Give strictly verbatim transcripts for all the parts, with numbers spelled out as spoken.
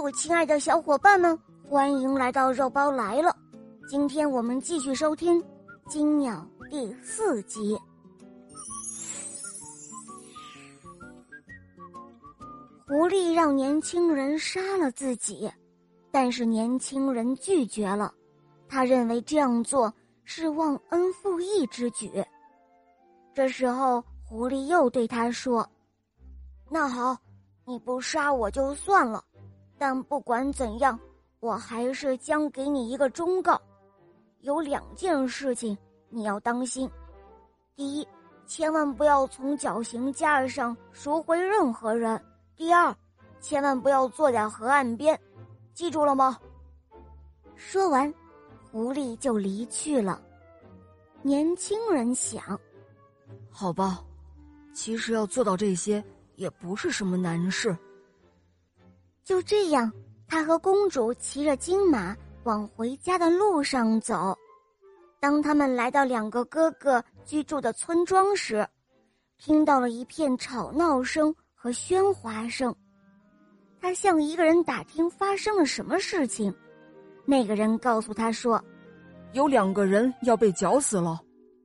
位亲爱的小伙伴们，欢迎来到肉包来了。今天我们继续收听《金鸟》第四集。狐狸让年轻人杀了自己，但是年轻人拒绝了，他认为这样做是忘恩负义之举。这时候狐狸又对他说，那好，你不杀我就算了，但不管怎样，我还是将给你一个忠告。有两件事情你要当心。第一，千万不要从绞刑架上赎回任何人。第二，千万不要坐在河岸边，记住了吗？说完，狐狸就离去了。年轻人想， 好吧，其实要做到这些也不是什么难事。 就这样，他和公主骑着金马往回家的路上走。当他们来到两个哥哥居住的村庄时，听到了一片吵闹声和喧哗声。他向一个人打听发生了什么事情，那个人告诉他说， 有两个人要被绞死了。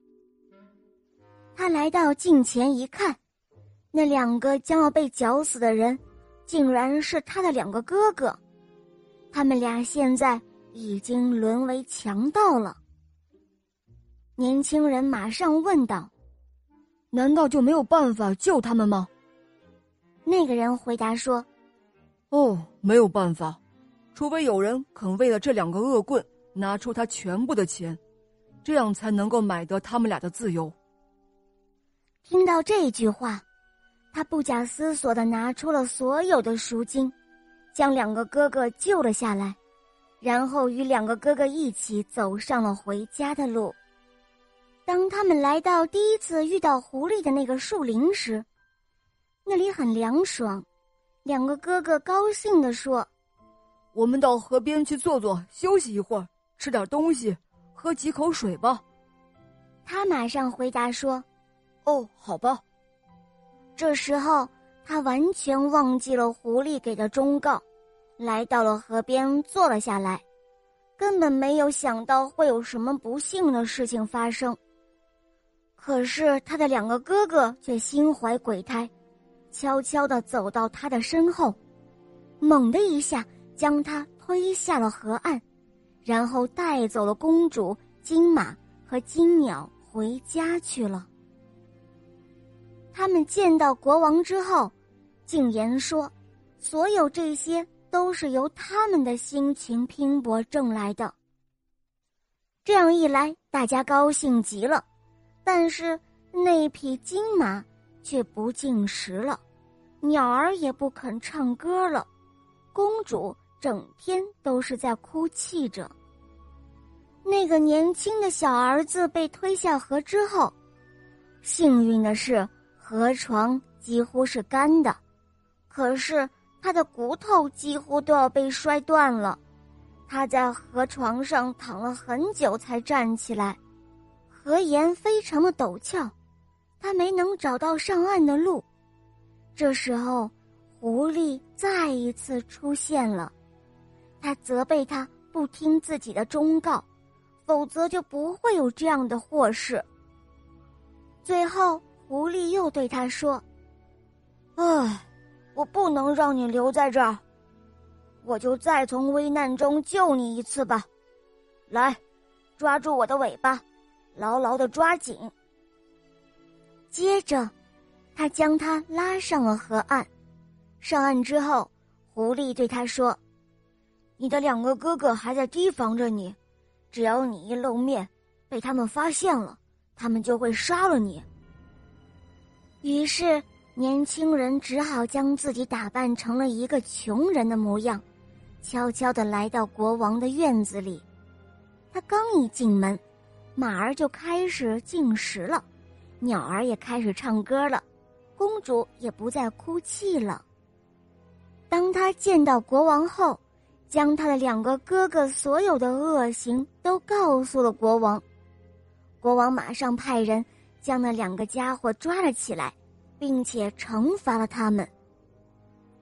他来到近前一看，那两个将要被绞死的人竟然是他的两个哥哥，他们俩现在已经沦为强盗了。年轻人马上问道， 难道就没有办法救他们吗？ 那个人回答说， 哦，没有办法，除非有人肯为了这两个恶棍拿出他全部的钱，这样才能够买得他们俩的自由。 听到这句话，他不假思索地拿出了所有的赎金，将两个哥哥救了下来，然后与两个哥哥一起走上了回家的路。当他们来到第一次遇到狐狸的那个树林时，那里很凉爽，两个哥哥高兴地说， 我们到河边去坐坐，休息一会儿，吃点东西，喝几口水吧。 他马上回答说， 哦，好吧。 这时候他完全忘记了狐狸给的忠告，来到了河边坐了下来，根本没有想到会有什么不幸的事情发生。可是他的两个哥哥却心怀鬼胎，悄悄地走到他的身后，猛地一下将他推下了河岸，然后带走了公主、金马和金鸟回家去了。他们见到国王之后，竟言说，所有这些都是由他们的辛勤拼搏挣来的。这样一来，大家高兴极了，但是那匹金马却不进食了，鸟儿也不肯唱歌了，公主整天都是在哭泣着。那个年轻的小儿子被推下河之后，幸运的是河床几乎是干的，可是他的骨头几乎都要被摔断了。他在河床上躺了很久才站起来，河沿非常的陡峭，他没能找到上岸的路。这时候狐狸再一次出现了，他责备他不听自己的忠告，否则就不会有这样的祸事。最后狐狸又对他说，唉，我不能让你留在这儿，我就再从危难中救你一次吧。来，抓住我的尾巴，牢牢地抓紧。接着他将他拉上了河岸。上岸之后，狐狸对他说，你的两个哥哥还在提防着你，只要你一露面，被他们发现了，他们就会杀了你。于是年轻人只好将自己打扮成了一个穷人的模样，悄悄地来到国王的院子里。他刚一进门，马儿就开始进食了，鸟儿也开始唱歌了，公主也不再哭泣了。当他见到国王后，将他的两个哥哥所有的恶行都告诉了国王。国王马上派人将那两个家伙抓了起来，并且惩罚了他们。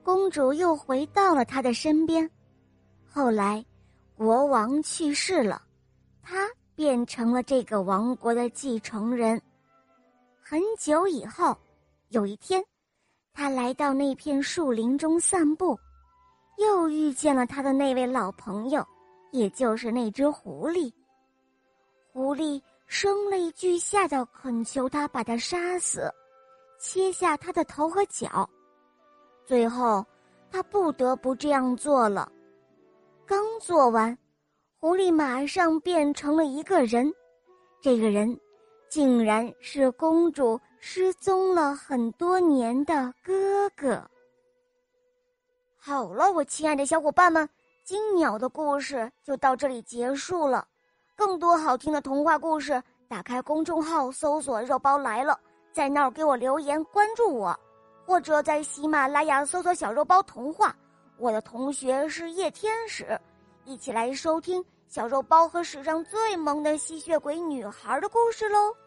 公主又回到了他的身边。后来，国王去世了，他变成了这个王国的继承人。很久以后，有一天，他来到那片树林中散步，又遇见了他的那位老朋友，也就是那只狐狸。狐狸声泪俱下地恳求他把他杀死，切下他的头和脚。最后，他不得不这样做了。刚做完，狐狸马上变成了一个人，这个人竟然是公主失踪了很多年的哥哥。好了，我亲爱的小伙伴们，金鸟的故事就到这里结束了。更多好听的童话故事，打开公众号搜索肉包来了，在那儿给我留言关注我，或者在喜马拉雅搜索小肉包童话，我的同学是夜天使，一起来收听小肉包和史上最萌的吸血鬼女孩的故事喽。